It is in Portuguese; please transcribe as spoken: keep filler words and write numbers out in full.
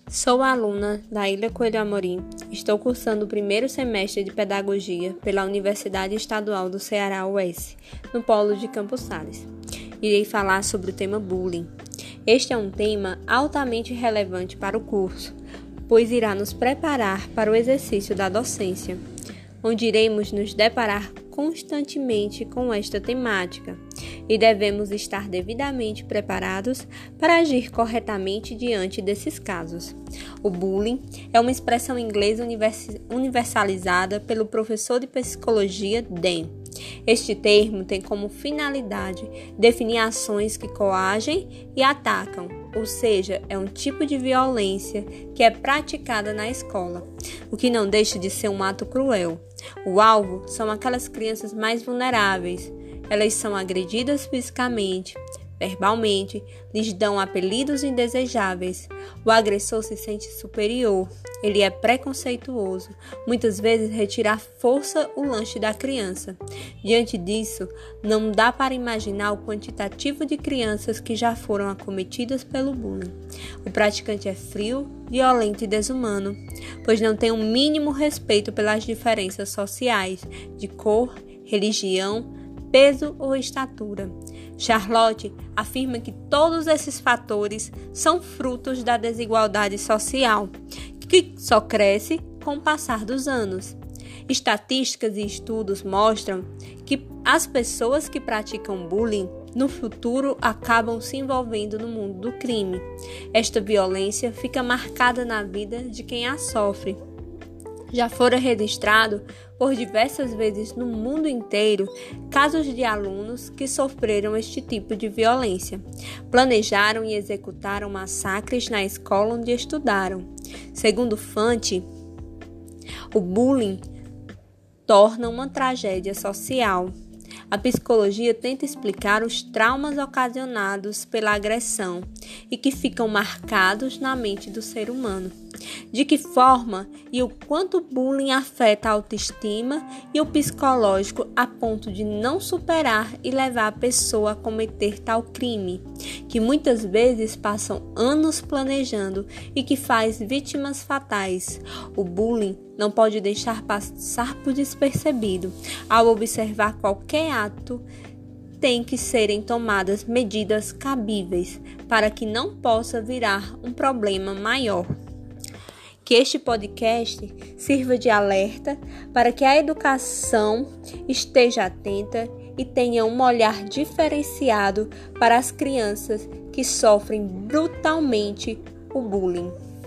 Sou aluna da Ilha Coelho Amorim. Estou cursando o primeiro semestre de Pedagogia pela Universidade Estadual do Ceará, U E S, no Polo de Campos Sales. Irei falar sobre o tema bullying. Este é um tema altamente relevante para o curso, pois irá nos preparar para o exercício da docência, onde iremos nos deparar constantemente com esta temática e devemos estar devidamente preparados para agir corretamente diante desses casos. O bullying é uma expressão inglesa universalizada pelo professor de psicologia Dan. Este termo tem como finalidade definir ações que coagem e atacam, ou seja, é um tipo de violência que é praticada na escola, o que não deixa de ser um ato cruel. O alvo são aquelas crianças mais vulneráveis. Elas são agredidas fisicamente, verbalmente, lhes dão apelidos indesejáveis. O agressor se sente superior, ele é preconceituoso, muitas vezes retira à força o lanche da criança. Diante disso, não dá para imaginar o quantitativo de crianças que já foram acometidas pelo bullying. O praticante é frio, violento e desumano, pois não tem o um mínimo respeito pelas diferenças sociais, de cor, religião, peso ou estatura. Charlotte afirma que todos esses fatores são frutos da desigualdade social, que só cresce com o passar dos anos. Estatísticas e estudos mostram que as pessoas que praticam bullying no futuro acabam se envolvendo no mundo do crime. Esta violência fica marcada na vida de quem a sofre. Já foram registrados por diversas vezes no mundo inteiro casos de alunos que sofreram este tipo de violência. Planejaram e executaram massacres na escola onde estudaram. Segundo Fante, o bullying torna uma tragédia social. A psicologia tenta explicar os traumas ocasionados pela agressão e que ficam marcados na mente do ser humano. De que forma e o quanto o bullying afeta a autoestima e o psicológico a ponto de não superar e levar a pessoa a cometer tal crime, que muitas vezes passam anos planejando e que faz vítimas fatais. O bullying não pode deixar passar por despercebido. Ao observar qualquer ato, tem que serem tomadas medidas cabíveis para que não possa virar um problema maior. Que este podcast sirva de alerta para que a educação esteja atenta e tenha um olhar diferenciado para as crianças que sofrem brutalmente o bullying.